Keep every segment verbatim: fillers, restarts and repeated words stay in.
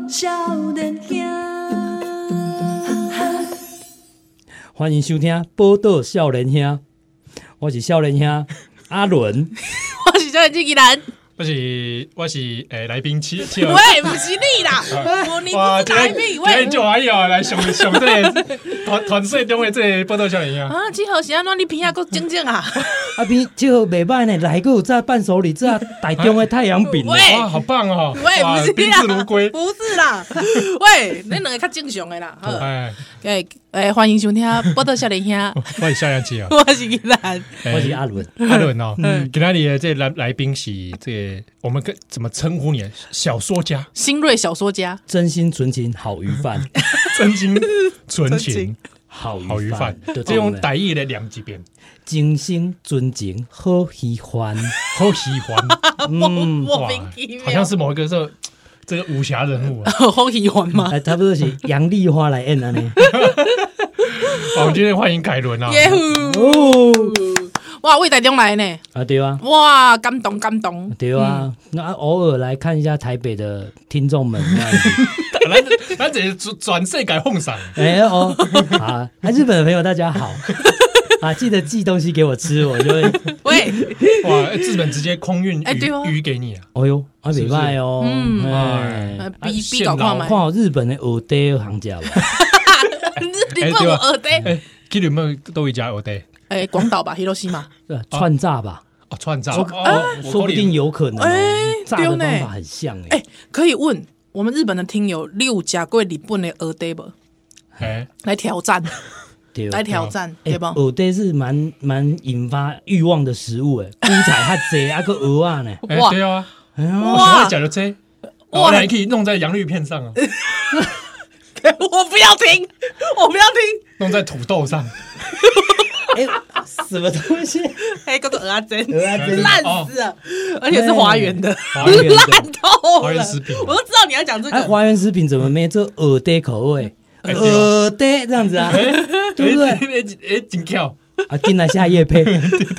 少年兄， 欢迎收听《报道少年兄》，我是少年兄阿伦， 我是少年纪纪兰。 我是我是诶、欸、来宾七七号， 喂，不是你啦，我你不是来宾，喂， 今天就还要来上上这个团团队中的这个报道少年啊！ 啊，七号是安怎你鼻啊够整整啊？ 啊边这号袂歹呢，来个有这伴手礼，这台中的太阳饼， 喂， 哇，好棒哦！ 喂，不是宾至如归， 不是啦，喂，你两个较正常的啦，好， 哎诶诶，欢迎收听《报道少年兄》， 我是少年姐啊， 我是纪兰， 我是阿伦， 阿伦哦，今天里的这来来宾是这个我们跟怎么称呼你？小说家， 新锐小说家， 真心纯情好鱼饭， 真心纯情好好鱼饭， 对这用台语来两几遍， 真心纯情好喜欢， 好喜欢， 莫莫名其妙， 好像是某一个这这个武侠人物啊， 好喜欢吗？ 哎，差不多是杨丽花来演的呢。 好，我们今天欢迎凯伦啊！ 耶呼！哇，为台中来呢？ 啊，对啊， 哇，感动感动！ 对啊，那偶尔来看一下台北的听众们，这样子。 咱咱这转转世改奉上， 哎哦，啊，日本的朋友大家好。啊，记得寄东西给我吃，我就会。 喂， 哇，日本直接空运哎对哦鱼鱼给你啊！ 哦哟，啊，袂歹哦， 嗯哎， 呃比比搞看看买， 好日本的蚵嗲行家吧。 你问我耳袋？ 哎，去有没有都一家蚵嗲？ 哎，广岛吧，Hiroshima。 对啊串炸吧， 哦，串炸， 说哦， 说不定有可能哦。 哎炸的对呢方法很像哎。 哎，可以问我们日本的听友，你有吃过日本的蚵嗲不？ 哎， 来挑战， 对来挑战， 哎对不？ 蚵嗲是蛮蛮引发欲望的食物哎，菇菜较济，啊个蚵仔呢。 哎， 哇对啊， 哎呀， 我喜欢讲的这， 哇哇，还可以弄在洋芋片上啊， 我不要听，我不要听。 弄在土豆上， 哎，什么东西？ 哎，叫做蚵仔煎， 蚵仔煎烂死了，而且是华园的， 华园的烂透了华园食品。 我都知道你要讲这哎， 个， 华园食品怎么没这蚵嗲口味？ 哎对蚵哦嗲这样子啊，对不对？ 哎，哎，真巧， 啊，进来下夜配。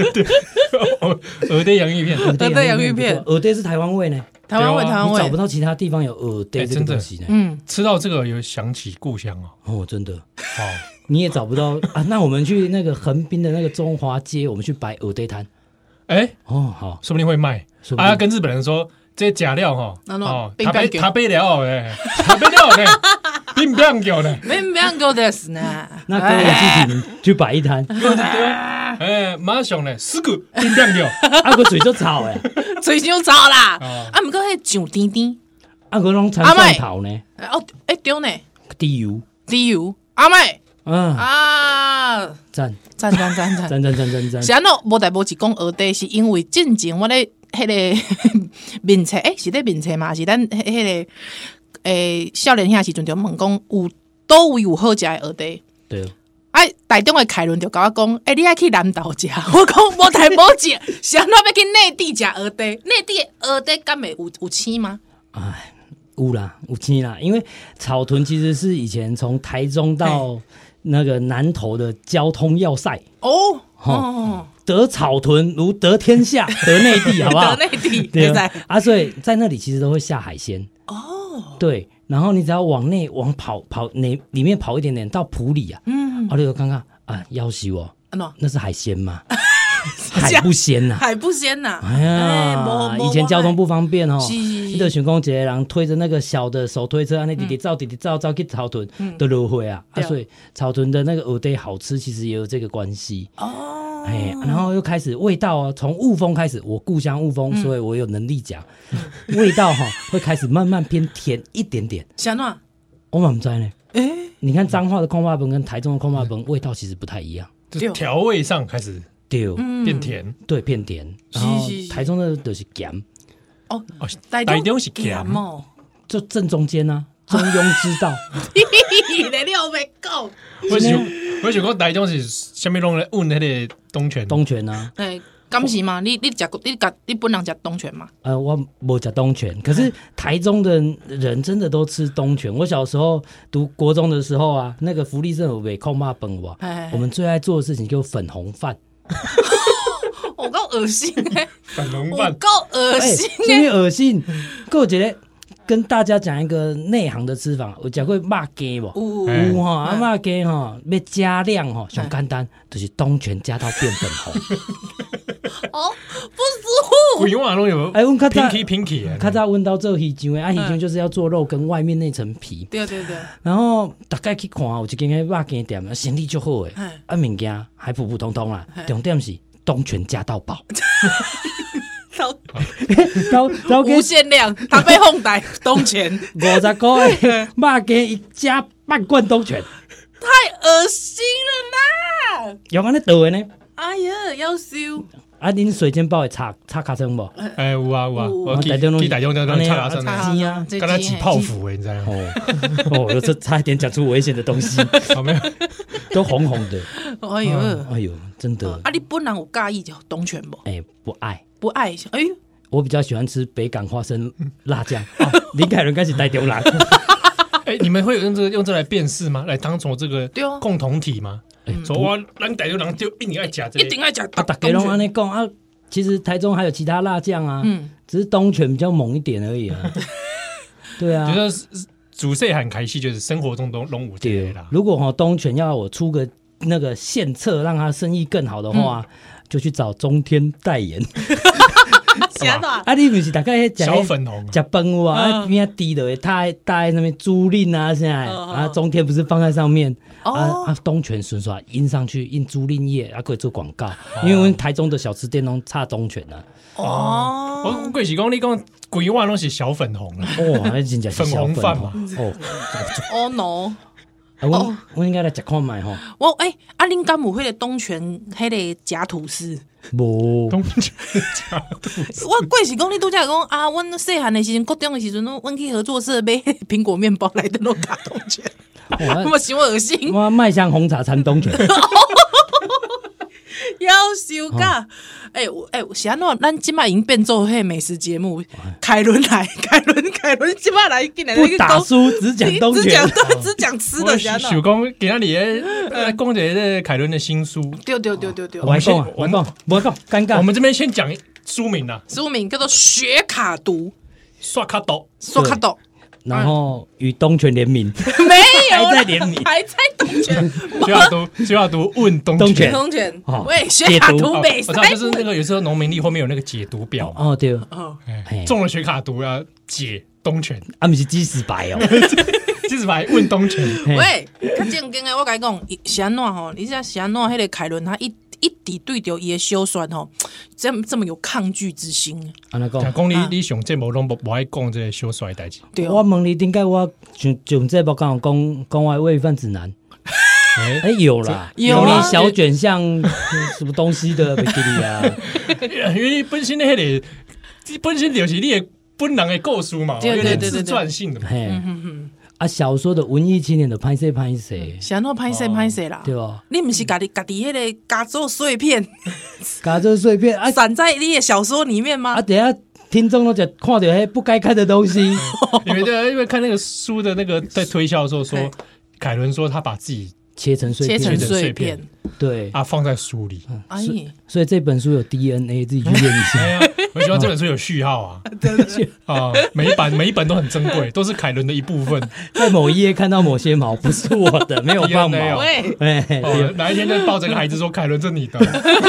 蚵嗲洋芋片， 蚵嗲洋芋片蚵嗲是台湾味呢， 台湾味， 对啊台湾味， 你找不到其他地方有蚵嗲这个哎真的东西呢。 嗯， 吃到这个有想起故乡哦， 哦，真的， 好， 你也找不到啊。那我们去那个横滨的那个中华街，我们去摆蚵嗲摊。 哎， 哦，好， 说不定会卖说不定啊！跟日本人说这些假料哈， 那种哦， 冰冰球他杯他杯料嘞，他杯料嘞，冰冰球嘞， 没没有够的是呢。 那各位具体去摆一摊， 哎，马上嘞，四个冰冰球， 啊个水就炒哎， 吹伤吵啦， 哦啊，毋过迄上甜甜， 啊个拢产蒜头呢， 哦，哎对呢， 低油， 理由阿妹嗯， 啊， 赞赞赞赞赞， 赞赞赞赞赞是，安怎无代无志讲蚵嗲，是因为进前我咧迄个面册，诶，是咧面册嘛？是咱迄迄个诶少年遐时阵就问讲有倒位有好食的蚵嗲。 对， 哎，台中的凯伦就甲我讲，哎、欸，你爱去南投食。我讲无台无食，是安怎要去内地食蚵嗲？内地的蚵嗲敢会有有青吗？ 哎，有啦，有青啦，因为草屯其实是以前从台中到那个南投的交通要塞。 哦哦哦， 得草屯如得天下，得内地，好不好？ 得内地， 对对在啊，所以在那里其实都会下海鲜。 哦， 对，然后你只要往内往跑跑内里面跑一点点到埔里啊， 嗯， 啊，你就看看啊，要死我， 安怎那是海鲜吗？海不鲜呐、 海不鲜呐？ 哎呀， 没没以前交通不方便哦， 是是是你就想讲一个人推着那个小的手推车，那弟弟照弟弟照照去草屯都落会啊，啊， 对所以草屯的那个蚵嗲好吃，其实也有这个关系。 哦， 哎，然后又开始味道啊，从雾峰开始，我故乡雾峰，所以我有能力讲，味道哈会开始慢慢偏甜一点点。 是安怎？ 我嘛不知道呢， 哎， 你看彰化的空霸本跟台中的空霸本味道其实不太一样， 就是调味上开始对， 嗯变甜， 对，偏甜，然后是是是台中的就是咸， 哦， 哦， 台台中是咸咸哦， 就正中间啊，中庸之道。 你你有没讲？ 我想我想讲台中是下面弄来问那个东泉， 东泉啊， 哎，敢是吗？你你食过你甲你本人食东泉吗？ 呃，我没吃东泉，可是台中的人真的都吃东泉。我小时候读国中的时候啊，那个福利社有卖空霸本哇哎， 我们最爱做的事情就是粉红饭。 我够恶心哎， 粉红饭， 我够恶心什哎， 么恶心？还有一个，还跟大家讲一个内行的吃法，有吃过肉鸡无？ 有有哈，啊肉鸡哈要加量哈，上简单就是东泉加到变粉红。 哦，不舒服。 鬼话拢有， 哎，阮较早 pinky pinky， 较早阮兜做鱼酱的，啊鱼酱就是要做肉跟外面那层皮。 对对对， 然后大概去看有一间迄肉鸡店，生意足好诶， 嘿啊物件还普普通通啦，重点是东泉加到饱。 超然后然后无限量，他被哄带东泉， 五十块的肉鸡一加半罐东泉， 太恶心了啦！ 用安尼倒的呢？ 哎呀，要收。 啊，恁水煎包会插插卡层无？ 哎有啊有啊，我去台中去台中那边插牙声插鸡啊， 跟他起泡芙诶，你知道吗？ 哦哦，这差一点讲出危险的东西， 好没有？ 都红红的。 哎呦， 哎呦，真的。 啊，你本人有介意东泉不？ 哎，不爱。 不爱，哎呦， 我比较喜欢吃北港花生辣酱。林凯伦开始台中人。 哎，你们会用这个用这来辨识吗？来当做这个共同体吗？说哇，咱台中人就一定爱吃这个， 一定爱吃。 啊，大家拢安尼讲啊，其实台中还有其他辣酱啊，嗯，只是东泉比较猛一点而已啊。对啊， 觉得主菜很开心，就是生活中都拢有这个啦。 如果哈东泉要我出个那个献策，让他生意更好的话，就去找中天代言。啊，你不是大概小粉红吃饭有啊，啊边啊低的，他还带那边租赁啊，现在啊中天不是放在上面。啊啊！东泉顺刷印上去，印租赁业，啊可以做广告，因为我们台中的小吃店拢差东泉啊。 哦，我贵是讲你讲规碗拢是小粉红了， 哦，那真正是小粉饭嘛。 哦哦 no！ 我我应该来食看卖吼。 我哎，啊，恁敢有迄个东泉迄个假吐司？ 无东泉假吐司。 我贵是讲你拄则讲啊，阮细汉的时阵，高中的时阵，阮去合作社买苹果面包来的都假东泉。我想恶心， 我麦香红茶掺东泉， 要修噶！哎哎，是安怎？咱今麦已经变做迄美食节目，凯伦来，凯伦凯伦今麦来进来， 不打输只讲东泉， 只讲只讲吃的， 想讲今仔日呃，讲一个凯伦的新书， 对对对对对， 我讲啊，我讲，我讲，尴尬。 我们这边先讲书名啊， 书名叫做《雪卡毒》， 刷卡豆， 刷卡豆。 然后与东泉联名， 没有还在联名， 还在东泉。 学雅读，学雅读问东泉， 东泉，喂，学卡毒美我知道，就是那个有时候农民历后面有那个解毒表嘛。 哦，对， 哦， 中了学卡毒要解东泉， 啊，不是鸡屎白哦， 鸡屎白问东泉。 喂，较正经的，我甲你讲，是安怎吼？你知是安怎？迄个凯伦他一。一直对着伊的小酸吼，这么这么有抗拒之心。 安尼讲， 讲你你上节目拢无无爱讲这个小酸的代志。 对， 我问你，顶解我上上节目刚讲讲我喂饭指南？哎，有啦， 有你小卷像什么东西的比基尼啊？ 因为你本身的迄个，本身就是你的本人的故事嘛，有点自传性的嘛。 啊，小说的文艺青年的拍摄拍摄， 是安怎拍摄拍摄啦？ 对吧？ 你不是家己家己迄个加做碎片， 加做碎片啊， 散在你的小说里面吗？ 啊，等下听众都讲看到迄不该看的东西， 因为对，因为看那个书的那个在推销的时候说，凯伦说他把自己切成碎片， 切成碎片， 对啊，放在书里。 哎， 所以这本书有 D N A， 自己去验一下。 我喜欢这本书有序号啊，啊，每一版每一本都很珍贵，都是凯伦的一部分。 在某一页看到某些毛不是我的，没有放毛。 哎， 哪一天就抱着个孩子说：“凯伦，这你的。”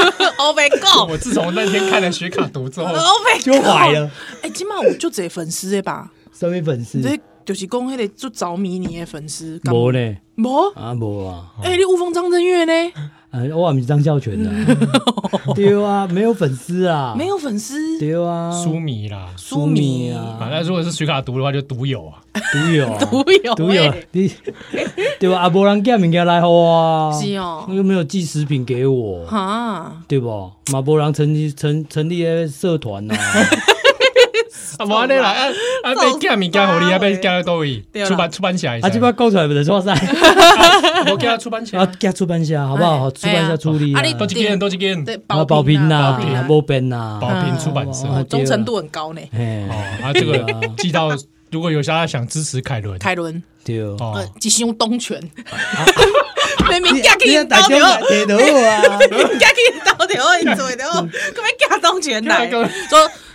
Oh my god！ 我自从那天看了学卡读之后 ，Oh my god， 就怀了。 哎，起码我就这粉丝的吧？ 什么粉丝？ 这就是讲迄个就着迷你的粉丝。 无呢？ 无啊无啊！ 哎，你无风张震岳呢？ 啊，我也不是张孝全的，对啊，没有粉丝啊， 没有粉丝， 对啊， 书迷啦， 书迷啊。 那如果是徐卡读的话，就读友啊， 读友， 读友， 读友，你对吧？啊，无人寄物件来好啊， 是哦， 又没有寄食品给我， 哈， 对不？嘛无人成立成成立的社团呐。 啊，无安尼啦，啊啊，被寄物件互你啊，被寄到倒位？出版出版社， 啊，这把讲出来不是错噻。 我寄出版社， 啊，寄出版社好不好？出版社处理啊。 多几件，多几件， 啊，保平呐，无变呐， 保平出版社， 忠诚度很高呢。 哦，啊，这个寄到，如果有大家想支持凯伦， 凯伦对哦，一箱东泉。明明寄去倒掉， 明明寄去倒掉，因做的，干嘛寄东泉来？说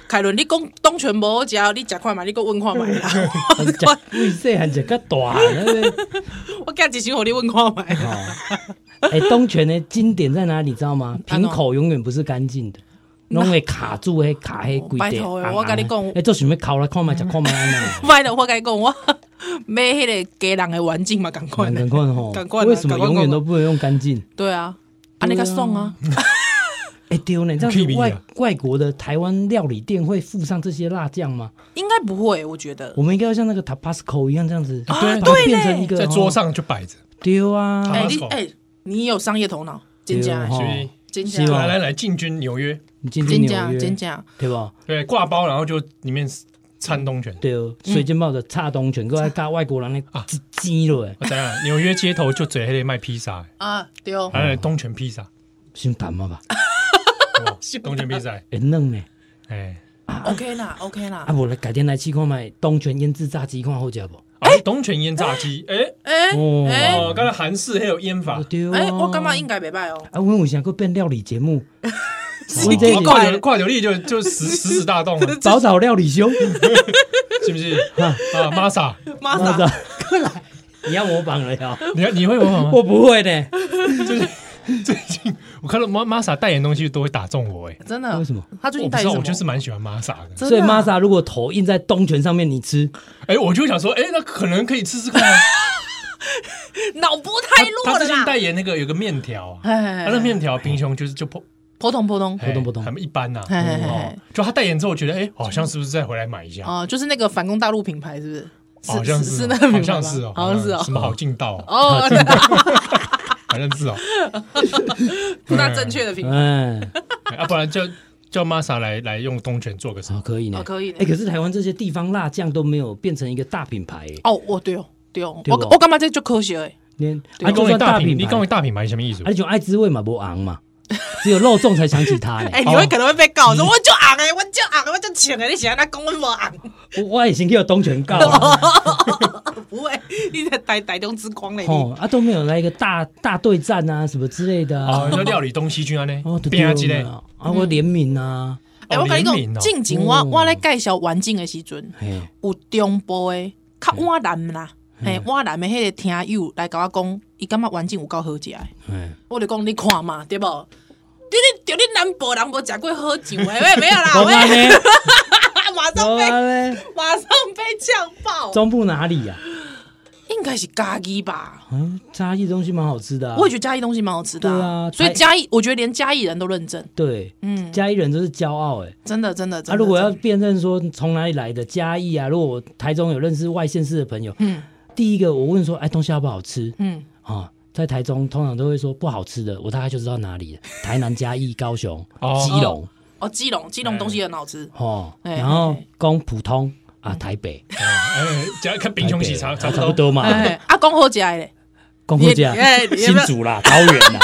凯伦，你讲东泉无好食，你食看嘛，你个问看买啦。 胃细汉食较大， 我加一箱互你问看买。 哎，东泉的经典在哪里？知道吗？瓶口永远不是干净的，拢会卡住，迄卡迄规拜托我跟你讲， 哎，做想要烤来看嘛，食看嘛安那。 拜托，我跟你讲，我买迄个家人的环境嘛，赶快， 赶快吼， 赶快。 为什么永远都不能用干净？ 对啊，安尼较爽啊。 哎，丢呢，这样子外外国的台湾料理店会附上这些辣酱吗？ 应该不会，我觉得。 我们应该要像那个 Tabasco 一样这样子， 对对， 变成一个在桌上就摆着。 丢啊！ 哎，你哎，你有商业头脑，真假？真假？ 来来来，进军纽约， 进军纽约， 真假？ 对吧？ 对，挂包，然后就里面掺东泉。 对哦，水煎包的插东泉，搁来加外国人的啊煎了。 我知影，纽约街头就做迄个卖披萨啊，对哦， 还有东泉披萨， 先淡嘛吧。 东泉披萨会嫩呢， 哎 ，OK 啦 ，OK 啦。 啊，无来改天来试看卖东泉腌制炸鸡，看好食无？ 哎，东泉腌炸鸡，哎哎哦，刚才韩式还有腌法， 哎，我感觉应该袂歹哦。 啊，我为啥个变料理节目？ 我跨流跨流力就就十十指大动了， 早早料理兄， 是不是？啊，Masa Masa， 快来，你要模仿了呀？ 你你会模仿吗？ 我不会呢。 就是最近我看到 Masa 代言东西都会打中我，哎， 真的？ 为什么？ 他最近代言什么？ 我就是蛮喜欢 Masa 的。 所以 Masa 如果头印在东泉上面，你吃， 哎，我就想说，哎，那可能可以吃吃看。 脑波太弱了啦！ 他最近代言那个有个面条，他那面条平胸就是就破。 普通普通普通普通， 很一般呐。就他代言之后，觉得哎，好像是不是再回来买一下？ 哦，就是那个反攻大陆品牌，是不是？ 好像是， 是那个品牌， 好像是哦， 好像是哦， 什么好劲道哦， 好像是哦， 不大正确的品牌。 嗯， 啊，不然叫叫 Masa 来来用东泉做个什么？ 可以呢， 可以。 哎，可是台湾这些地方辣酱都没有变成一个大品牌。 哦，哦，对哦，对哦，我我感觉这就可惜哎。 连啊，就算大品，你讲大品牌什么意思？ 啊，就爱滋味嘛，不昂嘛。只有肉粽才想起他。 哎，你会可能会被告，说我就昂哎，我就昂，我就请哎，你想他讲我无昂？ 我也先叫东泉告。 不会，你在台台中之光嘞。 哦啊，都没有来一个大大对战啊，什么之类的啊。哦，料理东西军啊呢？ 哦，对对啊，啊，我联名啊。 哎，我跟你讲，进前我我来介绍环境的时阵，有中部的较晚南啦。嘿，我南的迄个听友来甲我讲，伊感觉环境有够好食的。我就讲你看嘛，对不？你你就你南部人无食过好酱诶，没有啦，喂，马上被马上被呛爆。 中部哪里呀？ 应该是嘉义吧？ 嗯，嘉义东西蛮好吃的。 我也觉得嘉义东西蛮好吃的。 对啊， 所以嘉义，我觉得连嘉义人都认证。 对，嗯，嘉义人都是骄傲哎， 真的真的。 啊，如果要辨认说从哪里来的嘉义啊，如果我台中有认识外县市的朋友，嗯。第一个我问说，哎，东西好不好吃？嗯，啊，在台中通常都会说不好吃的，我大概就知道哪里了。台南、嘉义、高雄、基隆。 哦，基隆，基隆东西很好吃。 哦，然后讲普通啊，台北。 哎，只要看贫穷喜差差不多嘛。 啊，讲好食的， 讲好食，新竹啦，桃园啦。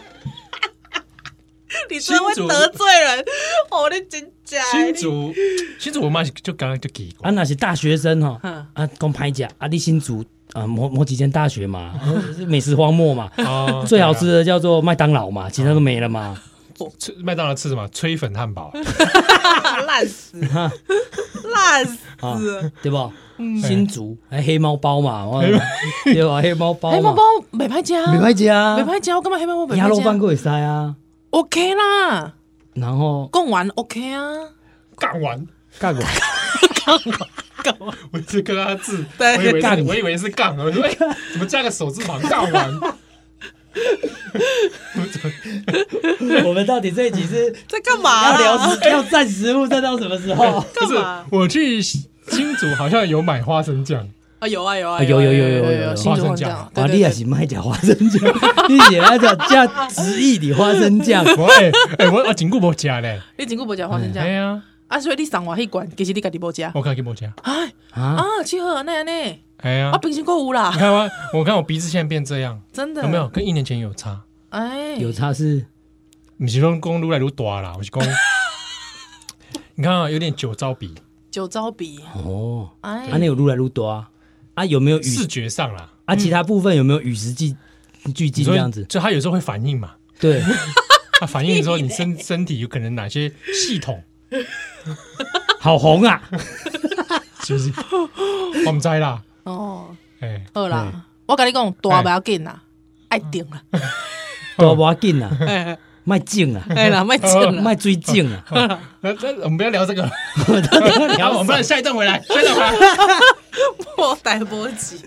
你真会得罪人，哦，你真假？ 新竹，新竹我妈就刚刚就给过。 啊，那是大学生哈，啊，讲歹食，啊，你新竹啊，某某几间大学嘛，美食荒漠嘛，最好吃的叫做麦当劳嘛，其他都没了嘛。 麦当劳吃什么？炊粉汉堡， 烂死，烂死， 对不？新竹还黑猫包嘛，对吧？黑猫包， 黑猫包没歹食， 没歹食啊， 没歹食，我干嘛黑猫包没歹食？ 鸭肉饭可以塞啊。 OK 啦， 然后讲完 OK 啊， 干完干完干完干完， 我是跟他字，我以为是我以为是杠，我说哎，怎么加个手字旁？干完。 我们到底这一集是在干嘛？ 要聊食要蘸食物蘸到什么时候？ 不是，我去新竹好像有买花生酱。 啊有啊有啊有有有有有花生酱啊！你也是卖假花生酱，你写那叫加直译的花生酱。 我哎哎我我真久无食咧， 你真久无食花生酱？ 哎呀， 啊所以你送我迄罐，其实你家己无食。 我家己无食。 哎啊七号那样呢？ 哎呀， 啊平时购物啦。 你看我我看我鼻子现在变这样， 真的有没有？跟一年前有差？ 哎， 有差是， 不是说讲愈来愈大啦，我是讲，你看啊，有点酒糟鼻。 酒糟鼻哦，哎，啊那有愈来愈大啊。啊，有没有视觉上啦？ 啊，其他部分有没有与时俱俱进这样子？ 就它有时候会反应嘛。 对， 它反应的时候，你身身体有可能哪些系统好红啊！ 是不是？我唔知啦。 哦， 哎， 好啦，我跟你讲，大不要紧啦，爱定啦， 大不要紧啦， 哎卖整啦， 哎啦，卖整啦， 卖追整啦。 那这我们不要聊这个， 聊我们让下一段回来，下一段回来。 莫代莫急。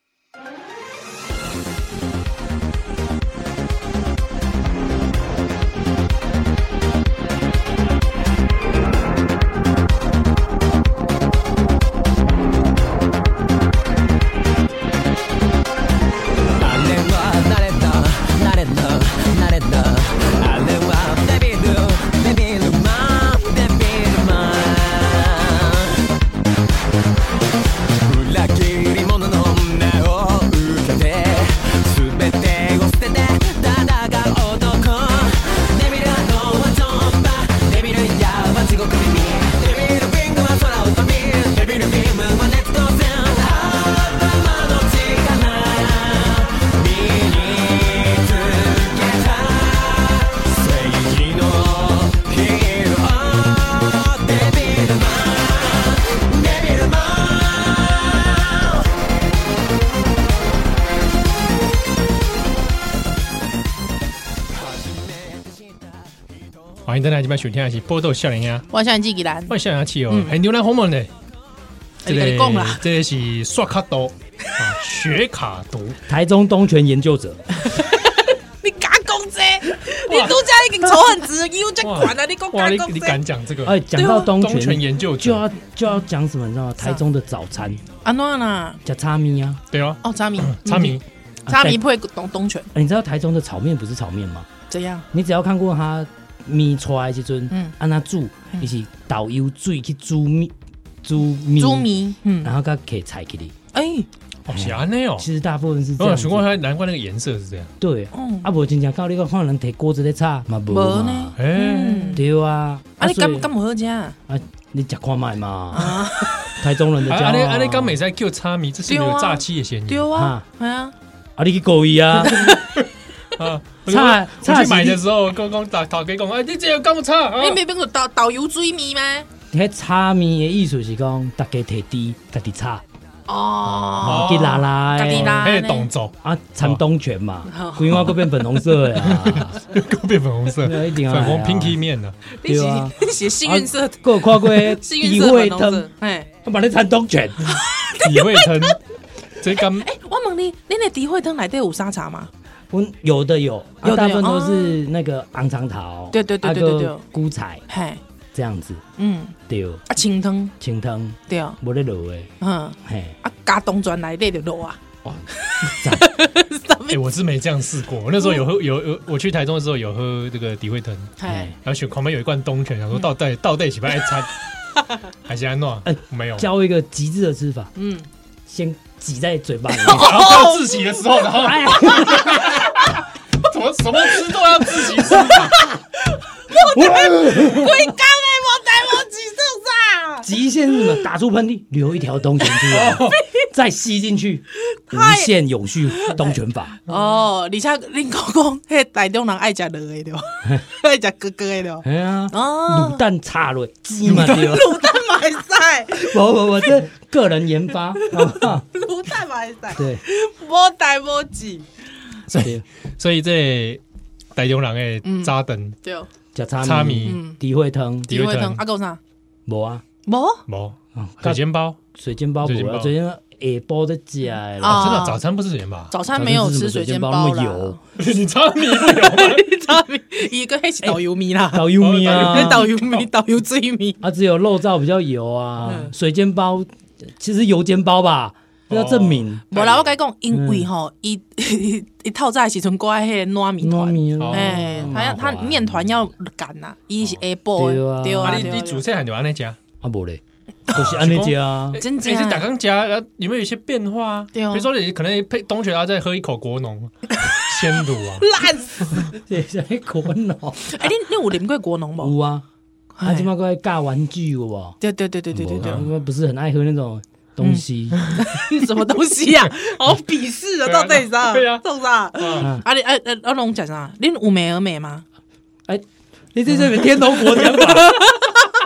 欢迎大家今晚收听的是《波豆笑脸呀》， 我想纪吉兰， 我笑脸气哦，还牛奶红门呢。 这个讲啦， 这个是刷卡多啊，雪卡毒， 台中东泉研究者。 你敢讲这？你都家已经仇恨值又在管了，你讲哇，你敢讲你敢讲这个？ 哎，讲到东东泉研究就要就要讲什么？你知道吗？台中的早餐安怎啦？ 叫叉米啊。 对哦， 哦，叉米， 叉米， 叉米配东东泉。 你知道台中的炒面不是炒面吗？ 怎样？ 你只要看过他米出来的时阵， 嗯， 按他煮，伊是倒油水去煮米，煮米， 煮米，嗯， 然后佮给菜给你。 哎， 哦，是安尼哦。 其实大部分是这哦， 样子。 难怪难怪那个颜色是这样。 对， 嗯啊，无真正靠你个看人摕锅子咧炒嘛无嘛。 呢？ 哎， 对啊。 啊，你所以敢敢无好食？ 啊，你食看卖嘛。台中人的骄傲。 啊，你啊你刚美在 Q 叉米，这是有诈欺的嫌疑。 对啊，哎呀， 啊，你去故意啊。 啊， 差我去买的时候，刚刚打打给讲，哎，你这有咁差？ 你没变个导导游水米吗？ 迄炒面的意思是讲，大家摕底，家己炒， 哦， 去拉拉， 家己拉， 迄个动作啊，掺东泉嘛，规碗都变粉红色呀， 都变粉红色， 一定粉红 pinky 面的， 对啊，你写幸运色， 我有看过底惠汤， 哎， 我把你掺东泉， 底惠汤，这刚， 哎，我问你，你那底惠汤内底有沙茶吗？ 我有的有， 有大部分都是那个昂长桃， 对对对对对对， 菇菜， 嘿， 这样子， 嗯， 对， 啊清汤， 清汤， 对， 无咧落诶， 嗯， 嘿， 啊加东泉内底就落啊， 哇， 哎，我是没这样试过，我那时候有喝有有，我去台中的时候有喝这个底惠汤， 哎， 然后选旁边有一罐东泉，想说倒带倒带起来餐，还是安诺，哎，没有， 教一个极致的吃法， 嗯， 先挤在嘴巴里面， 然后到自己的时候，然后哎呀，怎么什么吃都要自己吃啊！ 我的龟缸哎，我带我几受啥？ 极限是什么？打出喷嚏，留一条东泉出来，再吸进去，无限永续东泉法。 哦，而且恁讲讲，迄台中人爱食落的对吧？爱食哥哥的对吧？ 哎呀， 哦， 卤蛋插落鸡嘛对吧？ 卤蛋嘛会使， 不不不，这个人研发，好不好？ 卤蛋嘛会使， 对， 无代无志， 所以所以这台中人的早顿对， 食炒炒米、 米、 底惠汤、 底惠汤，啊，还有啥？ 无啊， 无， 无水煎包， 水煎包无啊，水煎包下晡在食的啊， 啦。 真的早餐不是水煎包， 早餐没有吃水煎包啦。 你炒米不有吗？ 炒米一个迄是导游米啦， 导游米啊， 导游米，导游水米啊，只有肉燥比较油啊，水煎包其实油煎包吧。要证明， 无啦，我甲你讲，因为吼，伊伊透早的时阵挂迄个糯米团，哎，他他面团要擀呐，伊是下晡的，对啊， 你你煮菜还就安尼食，啊无咧，就是安尼食啊， 真正。 你是打刚食，有没有一些变化啊？比如说你可能配东泉，然后再喝一口国农鲜乳啊， 烂死！ 这是国农， 哎，你你有啉过国农无？ 有啊，他今麦过来尬玩具有无？ 对对对对对对对， 因为不是很爱喝那种。东西什么东西呀？好鄙视啊！到底啥？ 对啊， 做啥？啊你啊啊啊！龙讲啥？恁有美而美吗？ 哎，你这是天龙国讲法。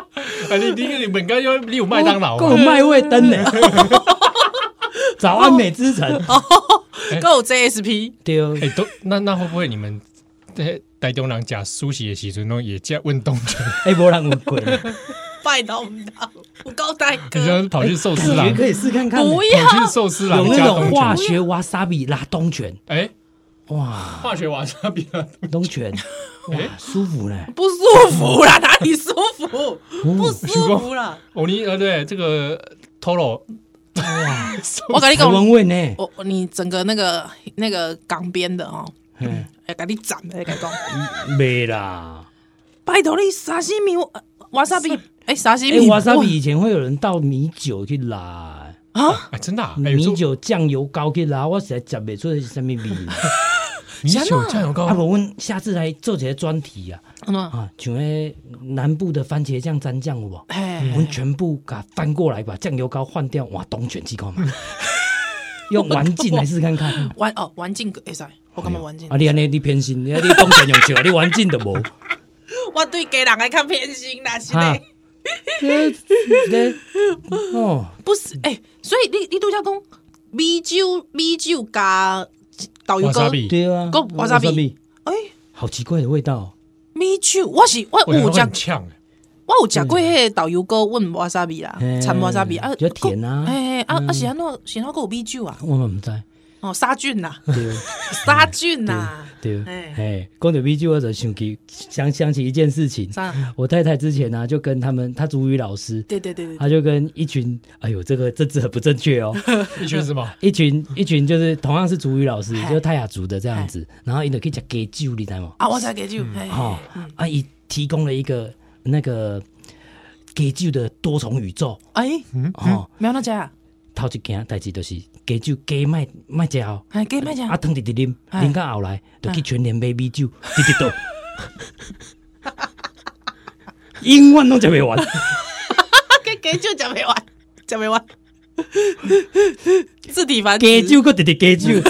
啊，你你你本该有你有麦当劳， 够有麦味登呢。早安美之城， 够有 J S P， 对， 哎，都那那会不会你们在台中人吃苏西的时阵，也加运动拳？ 哎，没人问过， 拜托不到，我高大哥， 你就跑去寿司郎， 也可以试看看， 不要跑去寿司郎有那加东种化拳， 学瓦萨比拉东拳， 哎， 哇， 化学瓦萨比拉东拳，哇，舒服呢， 不舒服啦，哪里舒服？不舒服啦。 哦，你呃对这个 Toro， 哇， 我跟你台湾讲， 味呢， 我你整个那个那个港边的哦， 嗯， 哎，给你斩的，跟你讲， 没啦。 拜托你沙西米瓦萨比，哎，沙西哎， 米瓦萨比以前会有人倒米酒去拉， 啊， 哎，真的啊，哎米酒酱油膏去拉，我实在吃不出是什么味。 米酒酱油膏啊，，我问下次来做一个专题啊， 嗯， 啊，像那南部的番茄酱蘸酱有无？ 哎， 我们全部给它翻过来，把酱油膏换掉，哇，东泉鸡口嘛，用玩劲来试看看。 玩哦玩劲会使，我干嘛玩劲啊，？你安尼你偏心，你你东泉用笑，你玩劲都无。 我对家人来看偏心啦，是哈嘞， 哦， 不是哎，所以你你拄则讲米酒米酒加导游膏， 瓦萨比， 对啊， 讲瓦萨比，哎， 好奇怪的味道。 米酒我是我我有食很呛， 我有食过迄个导游膏问瓦萨比啦，掺瓦萨比啊， 比较甜啊哎啊啊是安怎是安怎有米酒啊？ 我们不知道， 哦，杀菌呐， 对杀菌呐， 对， 哎哎，讲到米酒，我就想起想想起一件事情。 啥？ 我太太之前呢、啊，就跟他们，她主语老师， 对对对对， 她就跟一群，哎呦，这个政治很不正确哦， 一群什么？ 一群一群就是同样是主语老师， 嗨就是泰雅族的这样子，然后伊就可以讲鸡酒，你知道吗？ 啊，我才给酒，嘿哦，啊，伊提供了一个那个鸡酒的多重宇宙， 哎， 哦， 没有那家啊， 头一件代志就是鸡酒鸡卖卖食哦， 哎，给卖家啊，汤直直啉， 嗨啉到后来就去全联买米酒，直直倒，永远拢食袂完。 给给酒讲没完，讲没完，字体繁殖鸡酒个直直鸡酒。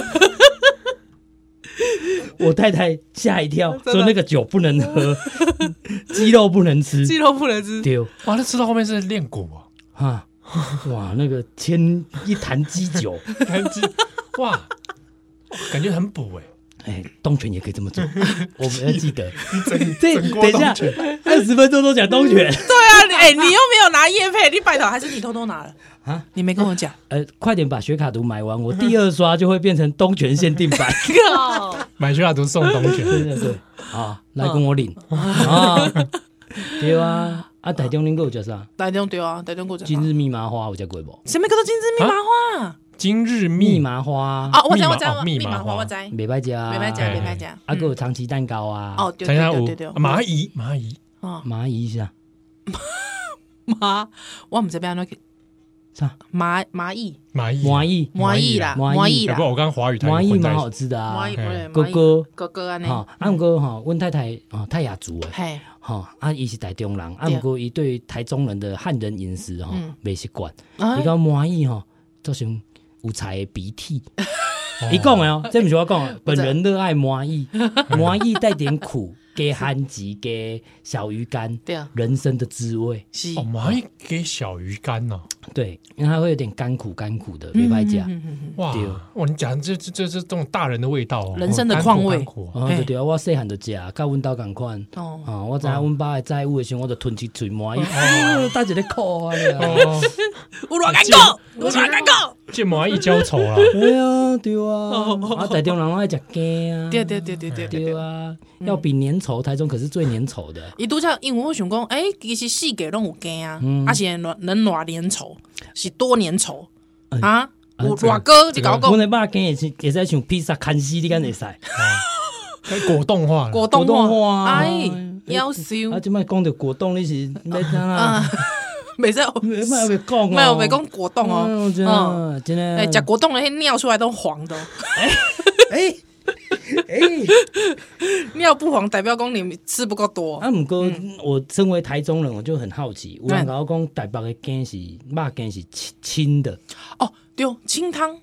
我太太吓一跳， 的说那个酒不能喝，鸡肉不能吃， 鸡肉不能吃， 丢哇，那吃到后面是练骨啊， 哈，哇，那个千一坛鸡酒， 看鸡，哇，感觉很补哎。 哎，东泉也可以这么做，我们要记得。 整这整锅等一下东泉， 二十分钟都讲东泉， 对啊，你哎，你又没有拿叶配，你拜托还是你偷偷拿了啊啊？你没跟我讲， 呃，快点把雪卡图买完，我第二刷就会变成东泉限定版。 靠， 买学雅图送东对泉， 对对，啊，来跟我领啊，对啊，啊，台中恁个有食啥？ 台中对啊，台中过讲， 今日密码花有食过无？ 什么叫做金枝密码花？ 今日密密码花啊，我知密码我知我哦密码密码花花我知， 袂歹食， 没白讲没白讲， 啊，还有长崎蛋糕啊， 哦，对参加舞对对对对， 蚂蚁蚂蚁哦， 蚂蚁是啥？ 蚂，我唔知边安怎啥？ 蚂蚂蚁蚂蚁蚂蚁， 蚂蚁啦， 蚂蚁蚂蚁啦不过，我刚刚华语台语蚂蚁混在一起蛮好吃的啊蚂蚁， 嘿哥哥哥哥安尼， 哈，啊，毋过哈，阮太太哦，泰雅族诶， 嘿， 吼，啊，伊是台中人，啊， 对毋过伊对台中人的汉人饮食吼嗯袂习惯， 啊伊讲蚂蚁吼，造成有才的鼻涕。伊讲的哦，这不是我讲的，本人热爱蚂蚁，蚂蚁带点苦，给憨吉，给小鱼干， 对啊， 人生的滋味。 是哦，蚂蚁给小鱼干哦， 对，因为它会有点甘苦甘苦的，没白讲。 嗯嗯嗯哇对哇，你讲这这这这这种大人的味道哦， 人生的甘苦况味甘苦哦哦，对对，我细汉就食，甲阮兜共款。 哦， 啊，我知影阮爸的债务的时候，我就吞一喙蚂蚁，哦，搭一个哭啊！ 哦， 有偌艰苦，有偌艰苦， 见蚂蚁交愁啦， 哎呀，对啊，啊，台中人拢爱食鸡啊， 对对对对对对对啊，要比粘稠，台中可是最粘稠的。 伊拄则因为我想讲，诶，其实四界拢有羹啊， 嗯啊是能能偌粘稠，是多粘稠哎啊，有这个偌高你这个搞讲阮的肉羹也是也是像披萨看死，你敢会使？ 果冻化了， 果冻果冻化， 化哎，夭寿啊，即摆讲到果冻，你是要怎啊啊？， 袂使， 没没有讲哦， 没有袂讲果冻哦， 嗯真的真的。 哎，食果冻的迄尿出来都黄的哦， 哎哎， 尿不黄代表讲你吃不够多啊，毋过我身为台中人，我就很好奇，有人甲我讲台北的羹是肉羹是清清的， 哦，对，清汤，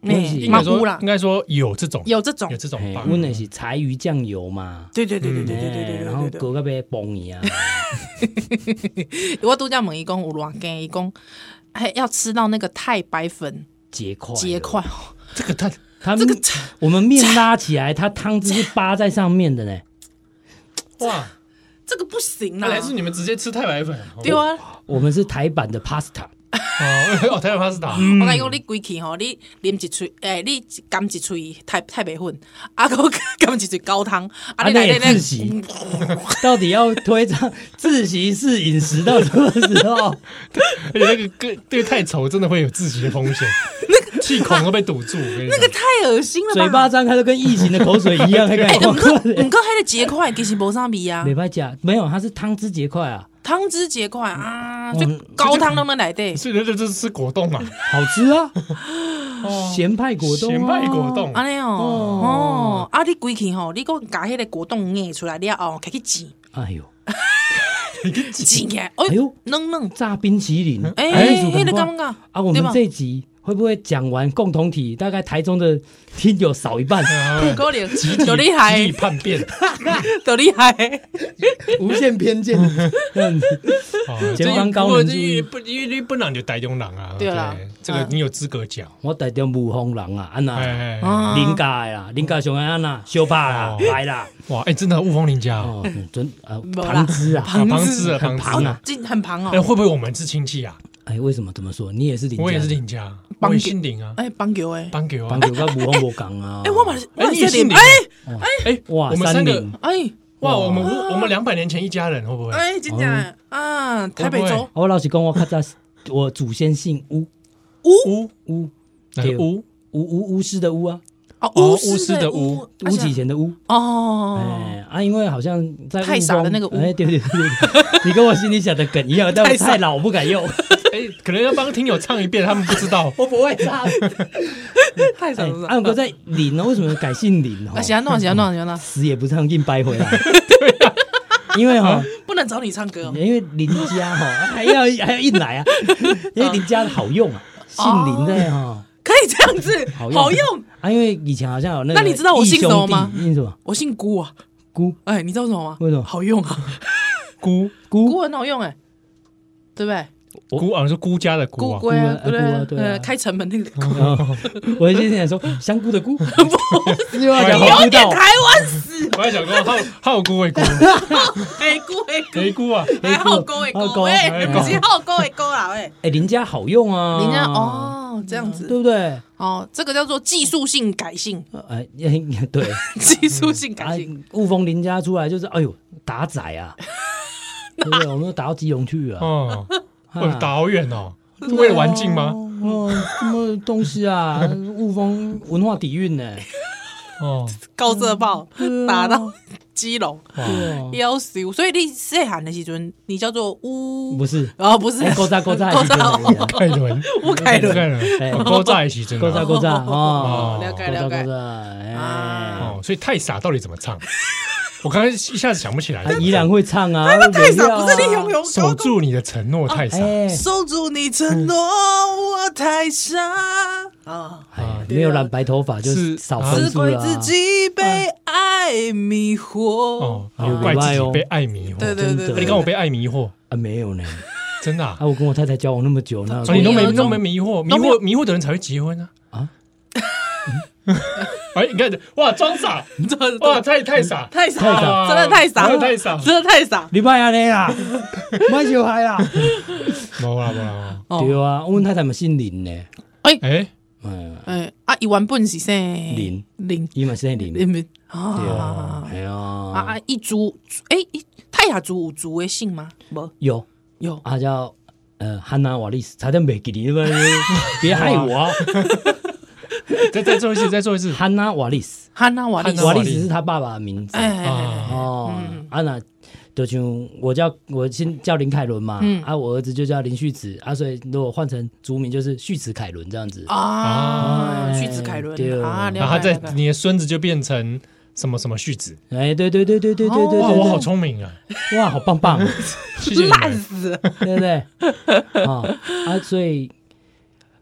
应该说应该说有这种有这种有这种棒， 我那是柴鱼酱油嘛， 对对对对对对对对， 然后搁个被崩一样。 我都叫问伊讲有偌惊，伊讲还要吃到那个太白粉结块结块， 这个太他们我们面拉起来，它汤汁是扒在上面的呢。 哇， 这个不行啊！ 原来是你们直接吃太白粉， 对啊， 我们是台版的 pasta。 哦，台湾 pasta， 我跟你讲，你规气吼，你啉一喙，诶，你含一喙太太白粉，啊，个含一喙高汤，啊， 你来自习，到底要推倡自习式饮食到什么时候？ 而且那个个这个太稠，真的会有窒息的风险，那个气孔都被堵住。 那个太恶心了吧， 嘴巴张开都跟异形的口水一样，还敢光光的。唔过迄个结块其实无啥味啊， 没办法，没有，它是汤汁结块啊。 汤汁结块啊，就高汤都能来的， 所以这这是果冻嘛， 好吃啊，咸派果冻， 咸派果冻， 安尼哦哦，啊你规气吼，你个把迄个果冻捏出来了后，开去煎， 哎呦， 煎起来，哎呦，嫩嫩炸冰淇淋， 哎，迄个感觉啊，我们这一集。会不会讲完共同体？大概台中的听友少一半， 不可能，多厉害， 集体叛变， 多厉害， 无限偏见，这样子。前方高能注意， 不，因为你本来就台中人啊， 对啦， 这个你有资格讲。 我台中雾峰人啊，安娜，林家啦，林家上安娜，小怕啦，来啦， 哇，哎，真的雾峰林家哦， 真啊，旁支啊， 旁支啊， 很旁啊， 很旁哦。 哎，会不会我们是亲戚啊？ 哎，为什么这么说？你也是林家， 我也是林家，我也姓林啊。 哎，邦球哎， 邦球啊， 邦球跟吴峰无讲啊。 哎，我嘛，我也姓林。 哎哎哎， 哇， 我们三个， 哎， 哇，我们我们两百年前一家人，会不会？ 哎，真的啊，台北州。 我老实讲，我较早我祖先姓巫， 巫巫， 对，巫巫巫巫师的巫啊。 哦， 巫师的巫， 巫启贤的巫哦， 哎啊，因为好像在太傻的那个巫， 哎，对对对，你跟我心里想的梗一样，但太老我不敢用， 哎，可能要帮听友唱一遍，他们不知道， 我不会唱， 太傻了。 啊，我在林哦，为什么改姓林哦？ 喜欢弄，喜欢弄，喜欢弄， 死也不唱，硬掰回来，对啊，因为哈不能找你唱歌， 因为林家哈还要还要硬来啊，因为林家好用啊，姓林的哈。 可以这样子，好用啊！因为以前好像有那个， 那你知道我姓什么吗？ 姓什么？ 我姓辜啊， 辜。 哎，你知道什么吗？ 为什么？ 好用啊， 辜辜辜很好用哎，对不对？ 辜啊，是辜家的辜啊， 辜啊， 对啊，对啊，开城门那个辜。 我今天说香菇的菇，不是你有点台湾死。 我还想说，好好菇的菇， 黑菇黑菇啊， 还好菇的菇，哎，不是好菇的菇啦，喂。 哎，林家好用啊， 林家哦，这样子， 对不对？ 哦，这个叫做技术性改性， 哎，对， 技术性改性。 雾峰林家出来就是，哎呦，打仔啊，对不对？我们打到基隆去啊， 哦，打好远哦，是为了玩劲吗？ 哦，什么东西啊？雾峰文化底蕴呢？ 哦， 高射炮打到基隆，夭寿。所以你细汉的时阵，你叫做乌， 不是？ 哦，不是， 勾炸勾炸勾炸凯伦， 乌凯伦， 勾炸的时阵， 勾炸勾炸哦， 了解了解。 哎，哦，所以太傻到底怎么唱？我刚刚一下子想不起来。 他依然会唱啊， 那太傻，不是你永永守住你的承诺太傻， 守住你承诺我太傻啊，没有染白头发就是少分数了。 只怪自己被爱迷惑， 哦，怪自己被爱迷惑。 对对对， 你看我被爱迷惑啊？没有呢， 真的啊！ 我跟我太太交往那么久，那你都没都没迷惑，迷惑迷惑的人才会结婚啊啊！哎，你看，哇，装傻，哇，太太傻， 太傻，真的太傻， 太傻， 真的太傻。 你别安尼啦，别小孩啦， 无啦无啦， 对啊，我太太嘛姓林呢。 哎哎哎啊，伊原本是姓林林， 伊嘛姓林， 林啊，哎呀， 啊啊，一族哎，泰雅族有族的姓吗？无有有， 啊叫呃汉娜瓦利斯，差点没给你，别害我。 再再做一次，再做一次。 汉娜瓦利斯， 汉娜瓦利斯， 瓦利斯是他爸爸的名字。 哎哦，啊那就像我叫我先叫林凯伦嘛，啊我儿子就叫林旭子啊，所以如果换成族名就是旭子凯伦这样子啊，旭子凯伦啊， 然后在你的孙子就变成什么什么旭子。 哎，对对对对对对对， 哇，我好聪明啊！ 哇，好棒棒， 谢谢你， 烂死， 对不对？啊啊，所以。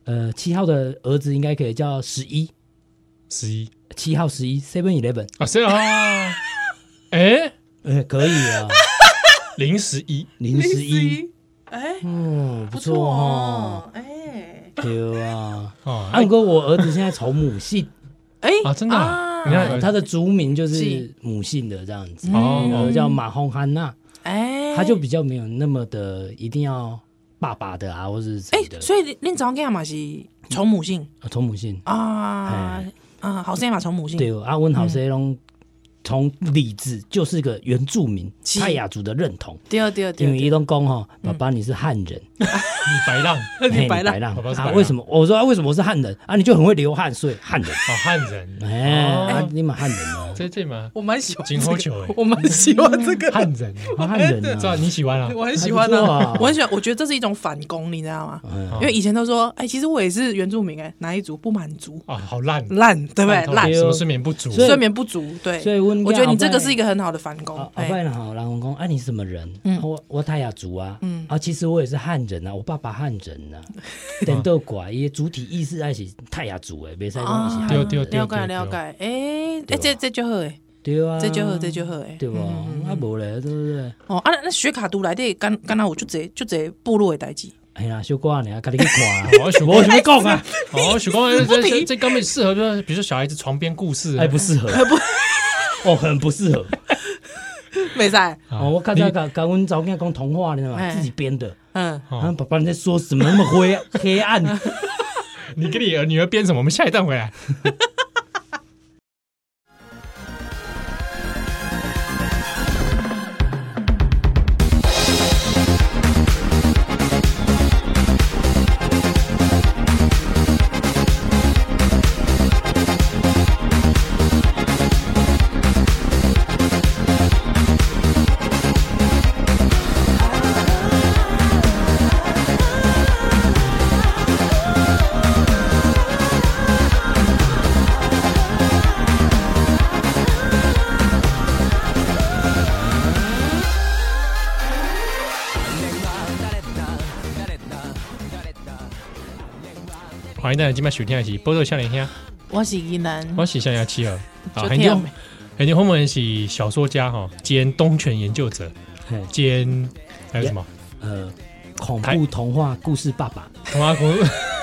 呃，七号的儿子应该可以叫十一， 十一七号十一 Seven Eleven 啊，是啊，哎， 呃，可以啊， 零十一， 零十一， 哎， 嗯，不不错错哦哦，，哎对啊。 哦， 啊，不过我儿子现在从母姓， 哎啊，真的啊，你看他的族名就是是母姓的这样子， 哦女儿叫马洪汉娜， 哎， 他就比较没有那么的一定要爸爸的啊，或是谁哎， 的， 所以恁早囝嘛是从母姓啊从母姓。 啊啊，后生嘛从母姓， 对，啊，阮后生拢从李字就是个原住民是泰雅族的认同， 对对因对对， 为伊拢讲吼，爸爸你是汉人， 你白浪嘿你白浪白浪啊？ 爸爸是白浪为什么？我说啊，为什么我是汉人啊？你就很会流汗，所以汉人。 哦，汉人， 哎， 哦啊你嘛汉人啊， 这这嘛， 我蛮喜欢金这个好球哎， 我蛮喜欢这个， 汉人， 啊汉人知道啊， 你喜欢啊？ 我很喜欢还不错啊啊，我很喜欢，我觉得这是一种反攻，你知道吗？ 嗯因为以前都说，哎，其实我也是原住民，哎，哪一族不满足， 啊，好烂， 烂，对不对？烂， 对什么睡眠不足？ 所以睡眠不足，对， 所以阮我觉得你这个后摆是一个很好的反攻啊，，后哎， 摆呢，吼，人讲啊，你是什么人？ 嗯啊我我泰雅族啊， 嗯啊，其实我也是汉人啊，我爸爸汉人啊，等到怪伊主体意识还是泰雅族诶，袂使讲伊是汉人。 对对对了解了解，哎哎，这这就好哎， 对啊， 这就好，这就好哎， 对不？ 嗯嗯嗯啊，无咧，对不对？ 哦啊，那雪卡图来的刚刚刚我就这就这部落的代志， 哎呀，小可呢，家己去看啊。 我想我想要讲啊， 哦，许光这这这根本适合，就是比如说小孩子床边故事， 哎，不适合，哦，很不适合。 没在， 哦，我刚才甲甲阮早囝讲童话，你知道吗？ 哎自己编的。 嗯， 啊，爸爸你在说什么？那么灰黑暗？ 你跟你女儿编什么？我们下一段回来。欢迎大家今晚收听的是《波多少年兄》， 我是宜兰， 我是向阳七儿啊， 就很久忝的很久，我们是小说家哈，兼东权研究者， 嘿兼还有什么？ 呃，恐怖童话故事爸爸。 童话公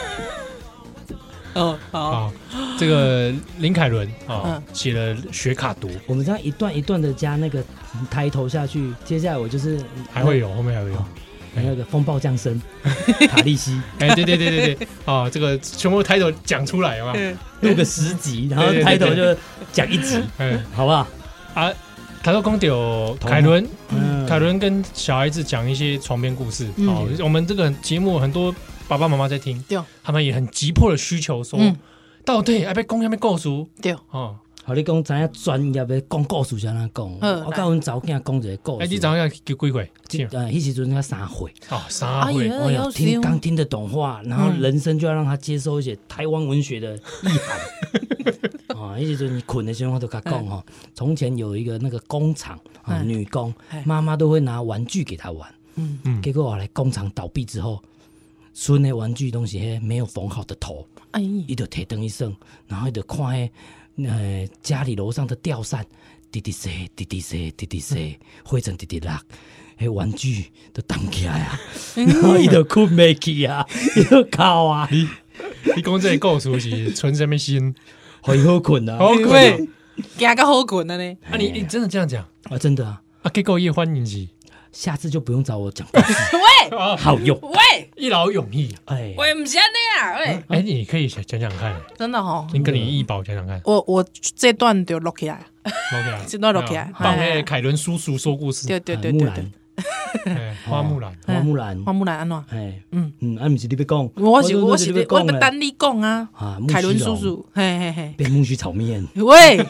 哦，好， 啊，这个林凯伦啊嗯写了《雪卡读》， 我们这样一段一段的加那个抬头下去，接下来我就是还会有后面还会有。 那个风暴降生，卡利西哎，对对对对对，啊，这个全部抬头讲出来嘛， 录个十集，然后对对对抬头就讲一集， 哎好不好？ 啊，他说公有凯伦， 嗯凯伦跟小孩子讲一些床边故事。 嗯哦，我们这个节目很多爸爸妈妈在听对， 他们也很急迫的需求说嗯， 到底要被讲要被告诉对， 哦， 好，你讲知影专业要讲故事是安怎讲？ 好我甲阮查某囝讲一个故哎， 事。 你早上叫几岁？ 这呃，迄时阵才三岁， 哦，三岁哎呀哎呦， 要听死刚听得懂话，然后嗯人生就要让他接受一些台湾文学的意涵。啊，迄时阵你困的时候，我都甲讲吼，从前有一个那个工厂啊， 嗯女工哎， 妈妈都会拿玩具给她玩。 嗯嗯结果后来工厂倒闭之后，孙的玩具东西迄没有缝好的头， 哎， 伊就摕灯一剩，然后伊就看迄呃家里楼上的吊扇，滴滴碎，滴滴碎，滴滴碎，灰尘滴滴落，迄玩具都动起来啊，然后伊就困袂去啊，伊就哭啊， 你你讲这个故事是存什么心？ 好伊好困啊， 好困喂哦， 惊个好困了呢， 啊！你你真的这样讲啊真的啊， 啊？结果叶欢迎是下次就不用找我讲故事， 喂啊， 好用， 喂一劳永逸。 哎， 喂，不是安尼啊，喂， 哎，你可以讲讲看， 真的吼， 先跟你医保讲讲看。 我我这段就录起来， OK， 这段录起来， 帮那哎个凯伦叔叔说故事。 对对对木兰对对，， 哎花木兰， 花木兰， 花木兰安怎？ 哎， 嗯， 嗯，啊，毋是你要讲， 我是我都是你是我要讲的要等你讲啊， 啊， 凯伦叔木须龙叔，嘿嘿嘿， 变木须炒面， 喂，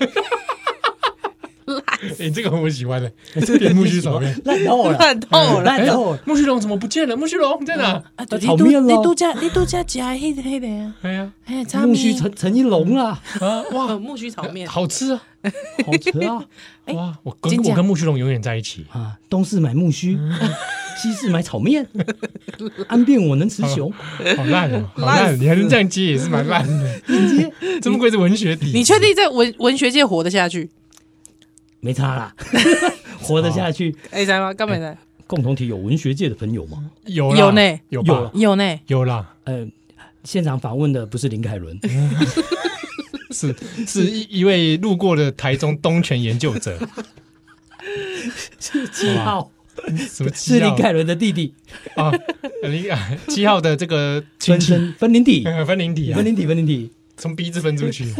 哎，这个我喜欢的，这边木须炒面。 烂透了， 烂透了。 烂透了。 木须龙怎么不见了？木须龙在哪？ 啊，对， 炒面咯你度假你度假食迄个迄个啊， 哎呀哎，炒木须面， 陈陈一龙啦， 啊哇， 呃木须炒面， 好吃啊！ 好吃啊！ 哇，我跟真假我跟木须龙永远在一起。 啊，东市买木须， 西市买炒面，安便我能雌雄， 好烂哦，好烂！你还能这样接也是蛮烂的。接，这么贵是文学底， 你确定在文文学界活得下去？ 没差啦，活得下去。 哎，在吗？干嘛在？ 共同体有文学界的朋友吗？ 有有呢， 有吧？ 有呢， 有啦。 呃，现场访问的不是林凯伦， 是是一一位路过的台中东泉研究者， 是七号。 什么是林凯伦的弟弟啊？林七号的这个分分分灵体， 分灵体， 分灵体，分灵体， 从鼻子分出去。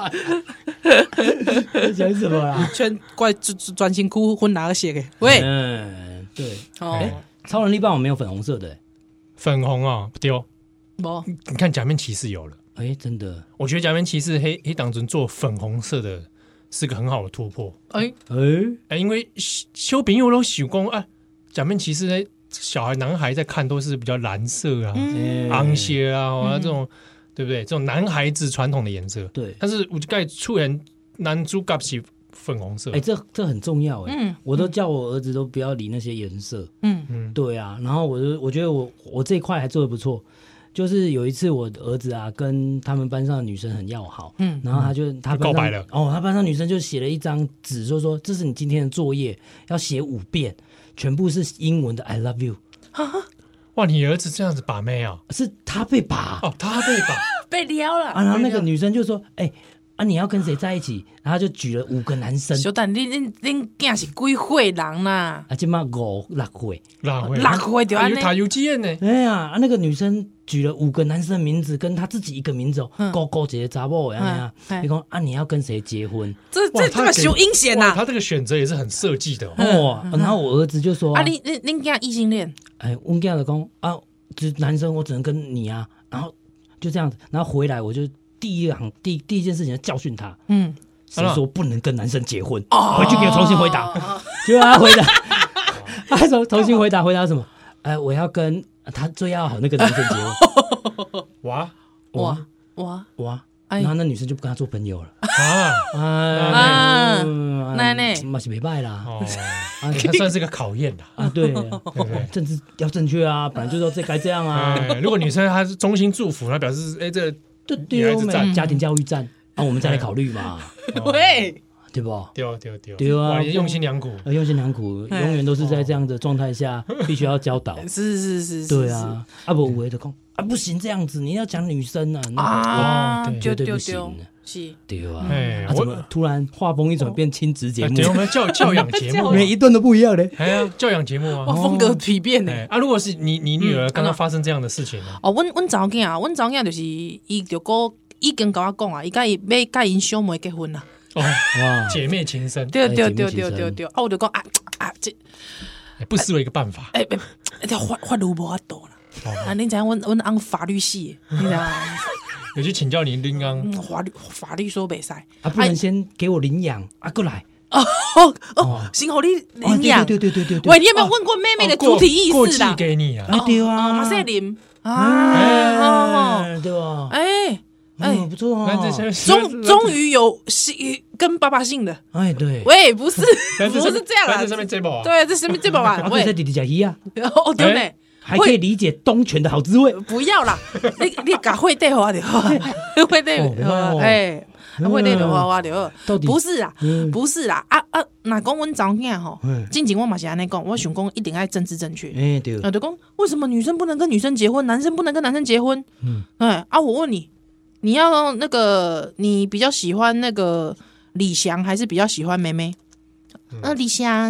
讲什么啦？ 全怪专心哭昏哪个写给？喂， 嗯，对， 哦， 超能力棒我没有粉红色的， 粉红啊，不丢。 不， 你看假面骑士有了， 哎，真的， 我觉得假面骑士黑黑党尊做粉红色的。是个很好的突破， 哎哎哎，因为修平又都想讲啊，假面骑士呢，小孩男孩在看都是比较蓝色啊、昂些啊，啊这种对不对？这种男孩子传统的颜色， 对。 但是我就盖出人男主角是粉红色， 哎，这这很重要哎，我都叫我儿子都不要理那些颜色，嗯嗯，对啊。然后我就我觉得我我这一块还做得不错。就是有一次，我的儿子啊，跟他们班上的女生很要好，嗯，然后他就他告白了， 哦，他班上女生就写了一张纸，就说这是你今天的作业，要写五遍，全部是英文的 I love you。 哇，你儿子这样子把妹啊？ 是他被把哦，他被把被撩了啊！然后那个女生就说：“哎、欸、啊，你要跟谁在一起？”然后就举了五个男生。 小蛋，你你你囝是几岁人啦？ 啊，今嘛五六岁， 六岁， 六岁就安尼。 他有经验呢。 哎呀，那个女生举了五个男生的名字，跟他自己一个名字哦，勾勾一个查某的安尼啊。你讲啊，你要跟谁结婚？ 这这这么修阴险呐！ 他这个选择也是很设计的哦。然后我儿子就说：“ 啊，你你你囝异性恋？ 哎，我囝就讲啊，就男生我只能跟你啊。”然后就这样子，然后回来我就第一行第第一件事情教训他。嗯。谁说不能跟男生结婚？回去给我重新回答。结果他回答，他重重新回答，回答什么？哎，我要跟他最要好那个男生结婚。 哇哇哇哇！然后那女生就不跟他做朋友了。 啊啊！奶奶， 嘛是没败啦。 哦，啊，它算是个考验啦。 啊，对，政治要正确啊，本来就是这该这样啊。 如果女生她是衷心祝福，她表示哎，这对对，家庭教育战。那、啊、我们再来考虑嘛， 喂， 对不？ 对对对对啊， 用心良苦， 用心良苦，永远都是在这样的状态下，必须要教导。 是是是， 对啊，啊不，我的空啊，不行这样子，你要讲女生啊， 啊， 绝对不行， 是， 对啊，啊怎么突然画风一转变亲子节目？ 对，我们教教养节目， 每一段都不一样嘞。 哎呀，教养节目啊， 风格突变呢。 啊，如果是你你女儿刚刚发生这样的事情呢？ 哦，阮阮查某囝啊，阮查某囝就是伊就个。已经跟我讲啊，伊甲伊要甲因小妹结婚啦。 哦哇，姐妹情深， 对对对对对对。啊，我就讲啊啊，这不失为一个办法。 哎哎，法法律无法度啦。啊，你知影阮阮翁法律系，你知道？ 有去请教您林刚法律法律说袂使啊，不能先给我领养啊，过来。 哦哦，先好你领养。 对对对对对。 喂，你有没有问过妹妹的主体意识啦？ 过继给你啊。 对啊， 马赛林啊， 对吧？ 哎。 哎，不错啊！ 终终于有姓跟爸爸姓的， 哎，对， 喂，不是，不是这样啦， 这上面这宝啊， 对，这上面这宝啊， 喂，在弟弟家一啊， 哦，对呢， 还可以理解东泉的好滋味。 不要啦，你你搞会带我的，会带我，哎，会带的话我的，不是啦，不是啦，啊啊，那讲阮查某囝吼，近前我嘛是安尼讲，我想讲一定爱政治正确， 哎对， 啊就讲为什么女生不能跟女生结婚，男生不能跟男生结婚？嗯，哎啊，我问你。你要那个，你比较喜欢那个李翔，还是比较喜欢梅梅？嗯、呃，李翔。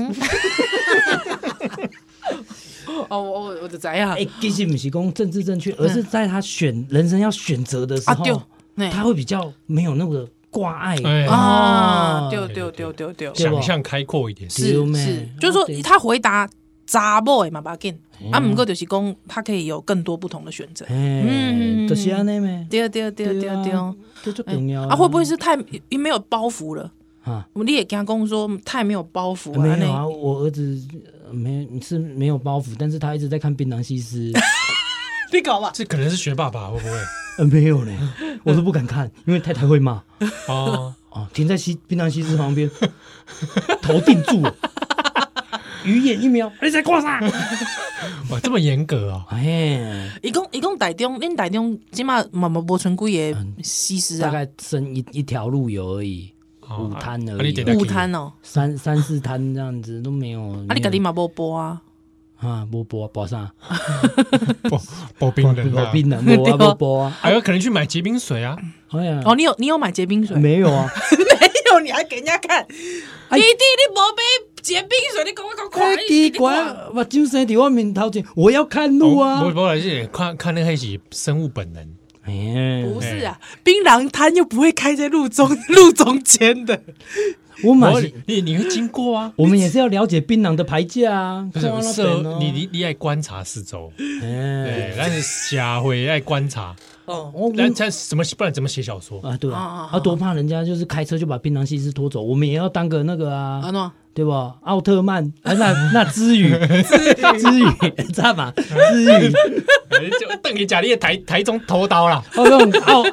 哦，我我的知啊。 哎、欸，其实不是讲政治正确，而是在他选人生要选择的时候，啊、他会比较没有那个挂碍、 哎、 啊。对对对对对， 想象开阔一点。 是是，就是说他回答查某的嘛，不要紧。啊，不过就是讲，他可以有更多不同的选择。 嗯，就是安尼咩？ 对对对对对， 这最重要。 啊，会不会是太没有包袱了？啊，你也跟他讲说太没有包袱啊？ 没有啊，我儿子没是没有包袱，但是他一直在看《槟榔西施》。 你搞吧， 这可能是学爸爸会不会？ 呃，没有嘞，我都不敢看，因为太太会骂。哦哦，停在西槟榔西施旁边，头定住了。鱼眼一瞄，你在挂啥？ 哇，这么严格哦！ 哎， 一共一共台中，恁台中起码嘛嘛无存几个西施啊， 大概剩一一条路有而已， 哦五摊而已啊你得， 五摊哦。 三三四摊这样子都没有。 啊，你家己嘛无播啊？ 啊，无播播啥？ 爆爆冰人啊， 无冰人，无啊，无播啊。 还有可能去买结冰水啊。 哎呀， 哦，你有你有买结冰水？ 没有啊？ 没有，你还给人家看？弟弟，你无买结冰水，你赶快赶快！ 太奇怪，目睭生伫我面头前，我要看路啊！ 不不不，是看看那个是生物本能。 哎， 不是啊，槟榔摊又不会开在路中路中间的。 我买你你你会经过啊？ 我们也是要了解槟榔的牌价啊。 不是看到那社边哦你你你爱观察四周， 哎对，但是社会爱观察， 哦， 我那他怎么不然怎么写小说？ 啊，对啊啊啊， 啊啊多怕人家就是开车就把槟榔西施拖走，我们也要当个那个啊， 安诺， 对吧？奥特曼啊，那那知宇，知宇，知道吗？知宇， 哎就邓你讲你的台台中偷刀啦， 哦，那种奥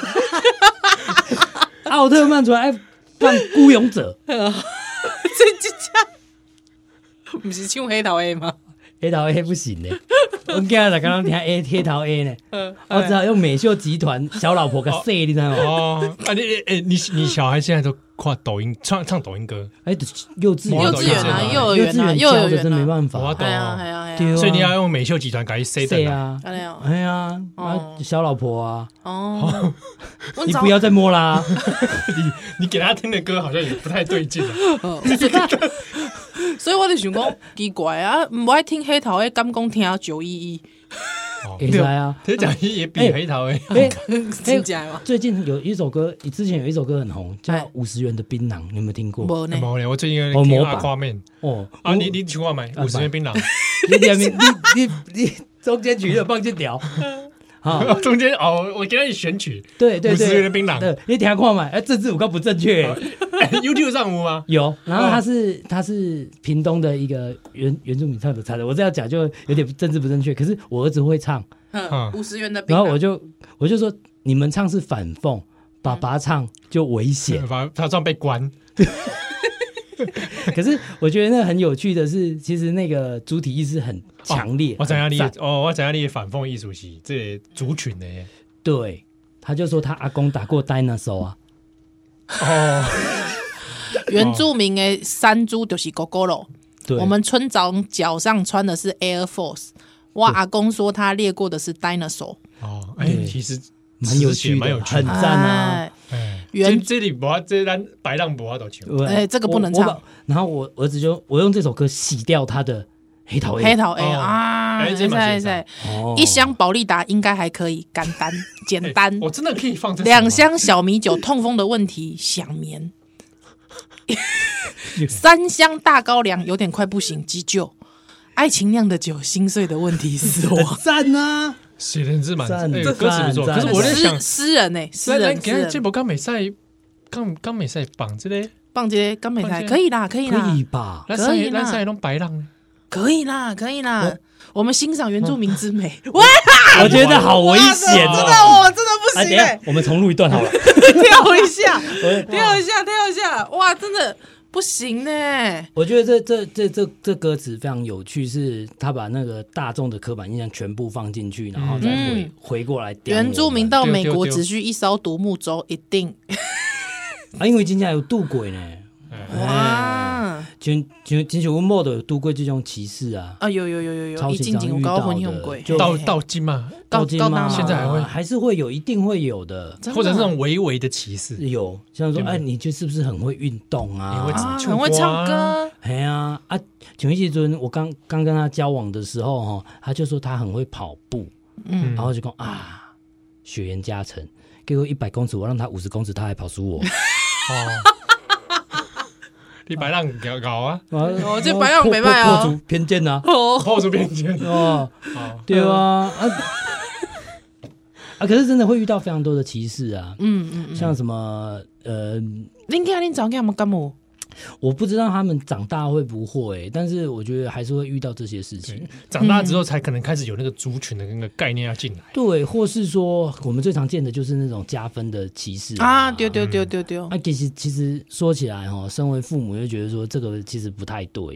奥特曼出来哎放孤勇者， 这这这，不是唱黑桃 A 吗？ 黑桃 A 不行呢，我今日才刚刚听 A 黑桃 A 呢， 嗯我只好用美秀集团小老婆给塞，你知道吗？ 哦，啊你哎你你小孩现在都跨抖音唱唱抖音歌， 哎，幼稚园幼稚园啊，幼儿幼园啊， 稚幼儿园教的真没园啊， 办法， 我懂哎呀哎呀哎对啊呀， 所以你要用美秀集团改 C 的对啊， 哎呀， 哎呀，啊哦小老婆啊， 哦， 你不要再摸啦。 你你给他听的歌好像也不太对劲啊。 哦所以我就想讲奇怪啊，唔爱听黑桃 A，敢讲听九一一， 可以啊， 他讲也比黑桃诶， 哎， 真假吗？ 最近有一首歌，之前有一首歌很红，叫哎 《五十元的槟榔》，你有没有听过？ 无呢， 冇咧，我最近有听哦模板阿夸面哦， 啊，你你去我买五十元槟榔， 你点名，你你你中间曲就放进条，好， 中间哦，我给你选曲对对五十元的对， 槟榔对，你听看嘛，哎，政治有够不正确， ，YouTube 上有吗？ 有，然后他是他是屏东的一个原原住民唱的唱的，我这样讲就有点政治不正确，可是我儿子会唱， 嗯，五十元的槟榔， 然后我就我就说你们唱是反讽，爸爸唱就危险。 把他这样被关， 可是我觉得那很有趣的是，其实那个主体意识很强烈。 我怎样你很赞哦，我怎样你反讽艺术系这族群的耶对，他就说他阿公打过 dinosaur 啊， 哦， 原住民的山猪就是狗狗咯。 对， 我们村长脚上穿的是 Air Force， 我阿公说他猎过的是 dinosaur。 哦，哎， 对其实蛮有趣的， 蛮有趣的， 很赞啊。 哎哎， 原这这里不这咱白浪不要都球， 对哎这个不能唱我我把然后我儿子就我用这首歌洗掉他的黑桃 A， 黑桃 A 哦啊， 哎这蛮在欣赏在哦一箱保利达应该还可以，简单简单哎。我真的可以放这首吗两箱小米酒，痛风的问题想眠。三箱大高粱有点快不行，急救。爱情酿的酒，心碎的问题死亡。 赞啊！ 写的是蛮赞哎歌词不错， 赞可是我在想诗，诗人呢，诗来来， 人，诗给他这人。 波刚美赛，刚刚美赛绑这类， 棒姐刚美才棒姐可以啦，可以啦可以，吧？ 来可以啦赛来赛弄白浪呢， 可以啦，可以啦。我们欣赏原住民之美。哇， 我觉得好危险真的， 哦！ 我真的不哎，等行哎， 一下我们重录一段好了。 跳一下， 我跳一下，跳一下，哇，真的不行呢。 我觉得这这这这这歌词非常有趣，是他把那个大众的刻板印象全部放进去，然后再回、 嗯回过来点我们。 原住民到美丢丢丢国只需一艘独木舟，一定啊，因为今天有渡鬼呢， 哇全全全球温某都有渡过这种歧视啊， 啊！有有有有有， 超一进警级常遇到高分用的， 鬼， 就到到今嘛， 高今嘛高大现在还会还是会有，一定会有的。 真的或者是那种微微的歧视， 有像说， 对哎，你就是不是很会运动啊？ 你会啊， 唱很会唱歌， 哎呀啊！请问一尊，我刚刚跟他交往的时候哈，他就说他很会跑步， 嗯， 然后就讲啊，血缘加成，给我一百公尺，我让他五十公尺，他还跑输我。 哦，你白浪搞搞啊， 哦这白浪没卖哦破除偏见呐、 哦， 破除边界， 哦， 哦， 对啊，啊啊！可是真的会遇到非常多的歧视啊， 嗯嗯嗯， 像什么呃， 恁囝恁早囝有干嘛？ 我不知道他们长大会不会，但是我觉得还是会遇到这些事情。 长大之后才可能开始有那个族群的那个概念要进来， 对，或是说我们最常见的就是那种加分的歧视啊，丢丢丢丢丢， 啊，其实其实说起来哈，身为父母就觉得说这个其实不太对啦。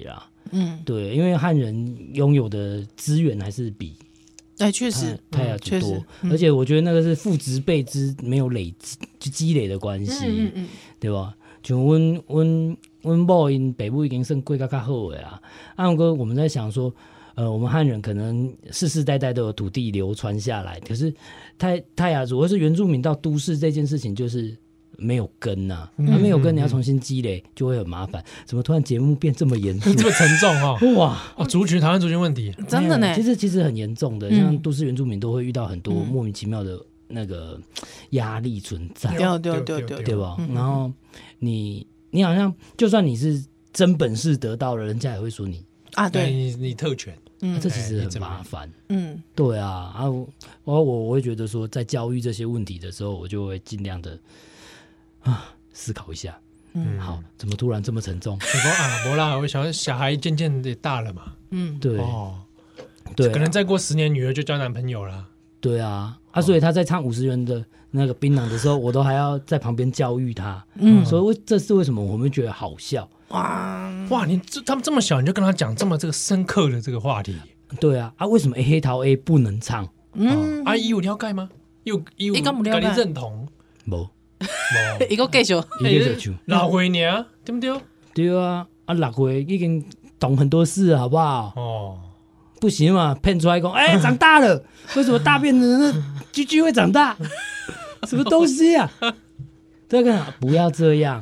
嗯， 对，因为汉人拥有的资源还是比哎，确实， 泰雅族多， 嗯、 而且我觉得那个是父职辈之没有累积就积累的关系， 嗯嗯嗯， 对吧？就阮阮阮某因北部已经算过较较好的啦，啊，不过我们在想说。呃，我们汉人可能世世代代都有土地流传下来，可是泰泰雅族或是原住民到都市这件事情就是没有根呐、啊，那、嗯、没有根，你要重新积累就会很麻烦。怎么突然节目变这么严肃， 这么沉重哦？ 哇， 哦，族群台湾族群问题， 真的呢。 其实其实很严重的，像都市原住民都会遇到很多莫名其妙的那个压力存在， 对对对对， 对吧？然后你你好像就算你是真本事得到了，人家也会说你啊，对你你特权。 嗯啊、这其实很麻烦。 嗯， 对啊，啊，我我我会觉得说，在教育这些问题的时候，我就会尽量的啊思考一下。嗯，好，怎么突然这么沉重？ 我说啊，不啦，我想小孩渐渐的大了嘛。 嗯， 对哦， 对、啊， 可能再过十年，女儿就交男朋友了。 对啊，啊，所以他在唱五十元的那个槟榔的时候，我都还要在旁边教育他。嗯，所以这是为什么我们觉得好笑。 哇哇！你这他们这么小，你就跟他讲这么这个深刻的这个话题？ 对啊，啊，为什么黑桃 A 不能唱？ 嗯， 啊，伊有了解吗？有有， 你敢不了解？ 跟你认同？ 无， 无，一个继续， 一个继续， 六岁呢，对不对？ 对啊，啊，六岁已经懂很多事了，好不好？ 哦， 不行嘛，骗出来讲，哎、欸，长大了，为什么大便的那居居会长大？什么东西啊？这个不要这样。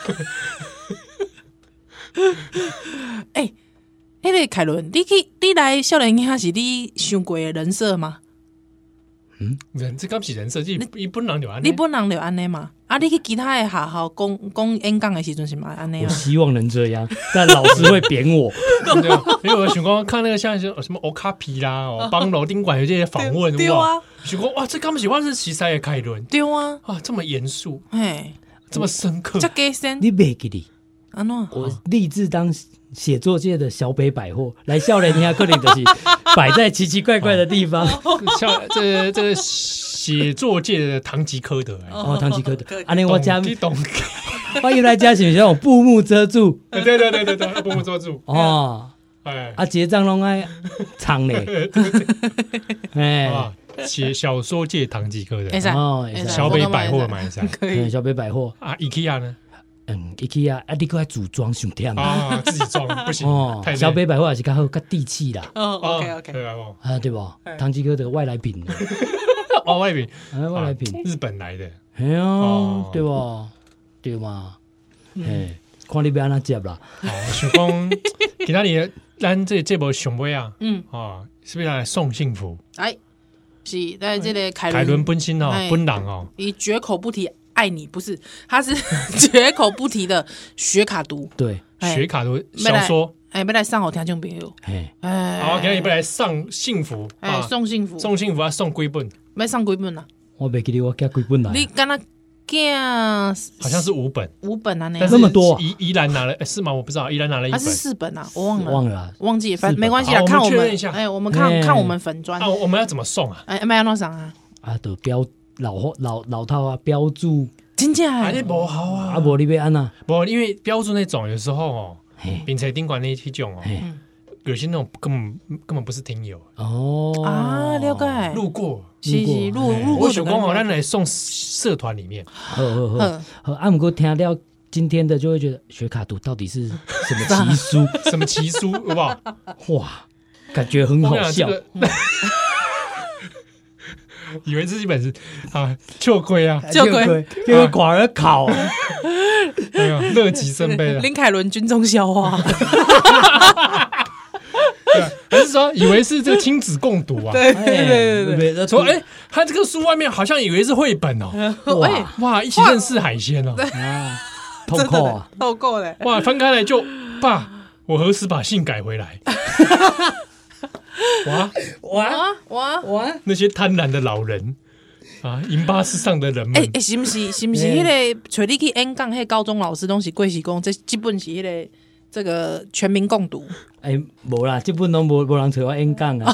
哎、欸，那个凯伦，你去你来少年兄是你想过的人设吗？ 嗯， 人这刚是人设，你你本人就安尼， 你本人就安尼嘛？啊，你去其他的学校讲讲演讲的时阵是嘛安尼啊？ 我希望能这样，但老师会扁我。 对，因为我想讲看那个像什么欧卡皮啦，哦，帮楼丁馆有这些访问， 对啊， 想讲哇，这刚是我是西塞的凯伦， 对啊， 啊，这么严肃， 哎， 这么深刻， 这加深， 你别给你。 安怎？ 我立志当写作界的小北百货，来少年兄可能就是摆在奇奇怪怪的地方。 像这这个写作界的堂吉诃德， 哦，堂吉诃德，安尼我家你懂？ 欢迎来家选用布幕遮住。 对对对对对，布幕遮住。 哦，哎，啊结账拢爱藏嘞。哎， 写小说界堂吉诃德， 哦， 小北百货买一下， 可以。 小北百货啊 ，IKEA 呢？ 嗯 ，IKEA 啊，你搁爱组装上忝啊，自己装不行哦。小北百货也是较好，较地气啦。 哦 ，OK OK， 对啊， 啊对不？堂吉诃德外来品， 哦外来品， 啊外来品， 日本来的， 哎呀，对不？对嘛？哎，看你要安怎接啦。 好，想讲其他你咱这这部上尾啊，嗯啊，是不是来送幸福？ 哎，是在这个凯凯伦本身哦，本人哦， 以绝口不提。爱你不是，他是绝口不提的雪卡毒， 对， 雪卡毒小说， 哎，要来送好听众朋友， 哎，好，今日要来送幸福， 哎，送幸福， 送幸福啊，送几本？ 要送几本啊？ 我没记得我寄几本来， 你刚刚寄好像是五本， 五本啊， 那么多， 宜宜兰拿了是吗？我不知道，宜兰拿了一本， 还是四本啊？我忘了， 忘了， 忘记，反正没关系啦，看我们，哎，我们看看我们粉专， 啊，我们要怎么送啊？ 哎，要怎送啊？ 啊，都标。老老老套啊，标注真假？ 啊，你不好啊！ 啊，无你要安呐？ 不，因为标注那种有时候哦，并且宾馆那一种哦，有些那种根本根本不是听友哦啊，了解， 路过， 是是路路过。 我想讲哦，咱来送社团里面， 好好好，好啊，不过听到今天的就会觉得雪卡毒到底是什么奇书？ 什么奇书，好不好？ 哇，感觉很好笑。 以为这一本是啊，秋葵啊， 秋葵， 因为寡儿考， 没有乐极生悲了。 林凯伦军中笑话， 还是说以为是这个亲子共读啊？ 对对对对对，说哎，他这个书外面好像以为是绘本哦，哇哇，一起认识海鲜哦， 啊，透扣啊， 透扣嘞， 哇，翻开来就爸，我何时把姓改回来？哇哇哇哇！ 那些贪婪的老人啊，银巴士上的人们， 哎哎，是不是是不是？迄个找你去演讲，迄高中老师拢是贵是讲，这基本是迄个这个全民共读。 哎，无啦，基本拢无无人找我演讲啊。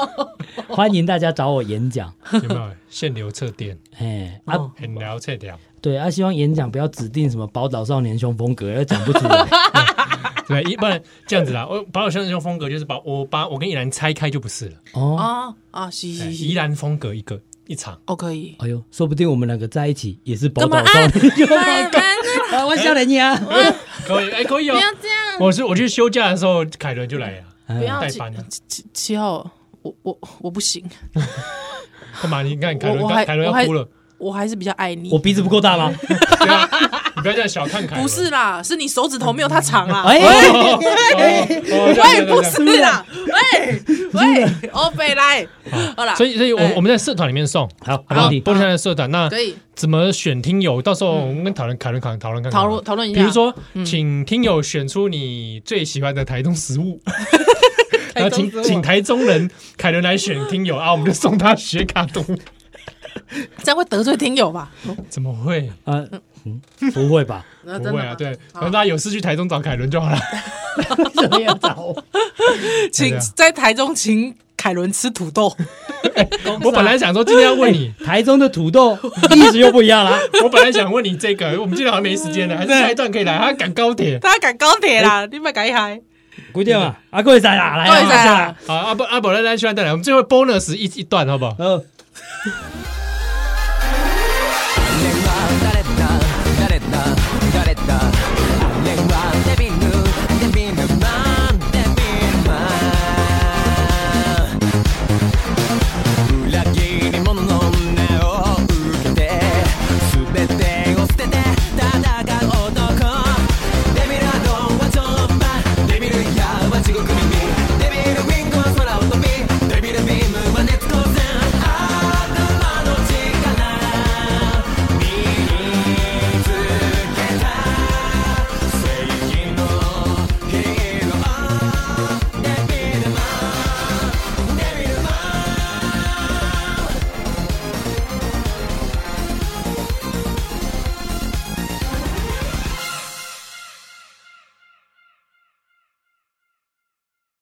欢迎大家找我演讲， 有没有限流测电？ 哎啊， 很聊测掉。 对啊，希望演讲不要指定什么宝岛少年兄风格，要讲不出来。 对，一般这样子啦。我宝岛少年兄风格就是把我把我跟宜兰拆开就不是了。 哦， 啊啊，是是是， 宜兰风格一个一场， 哦可以。 哎呦，说不定我们两个在一起也是宝岛干嘛少年兄风哎格。啊，我笑人呀， 可以哎可以哦不。要这样， 我是我去休假的时候，凯伦就来了。 不要七代班啊七七号，我我我不行， 干嘛？你看凯伦我我还凯伦要哭了。 我还是比较爱你我。鼻子不够大吗？ 对啊，你不要这样小看凯伦。 不是啦，是你手指头没有他长啦。 哎， 喂，不是啦，喂喂，欧北来，好啦。 所以，所以我哎我们在社团里面送， 好，没好问题。 波特的社团，那可以怎么选听友？到时候我们跟讨论讨论讨论讨论看看讨论讨论一下。 比如说，请听友选出你最喜欢的台中食物，然后请请台中人凯伦来选听友啊，我们就送他雪卡图。 这样会得罪听友吧？ 怎么会？ 啊，嗯，不会吧？ 不不会啊，对，反正大家有事去台中找凯伦就好了。 怎么样找我？ 请在台中请凯伦吃土豆。 我本来想说今天要问你， 台中的土豆意思又不一样啦。 我本来想问你这个，我们今天好像没时间了，还是下一段可以来？他赶高铁。 大家赶高铁啦，你别赶嗨。 几点嘛？啊，各位仔啦，来各位仔啦啦， 好，阿伯阿伯来来，喜欢再来，我们最后 bonus 一一段好不好？ 呃。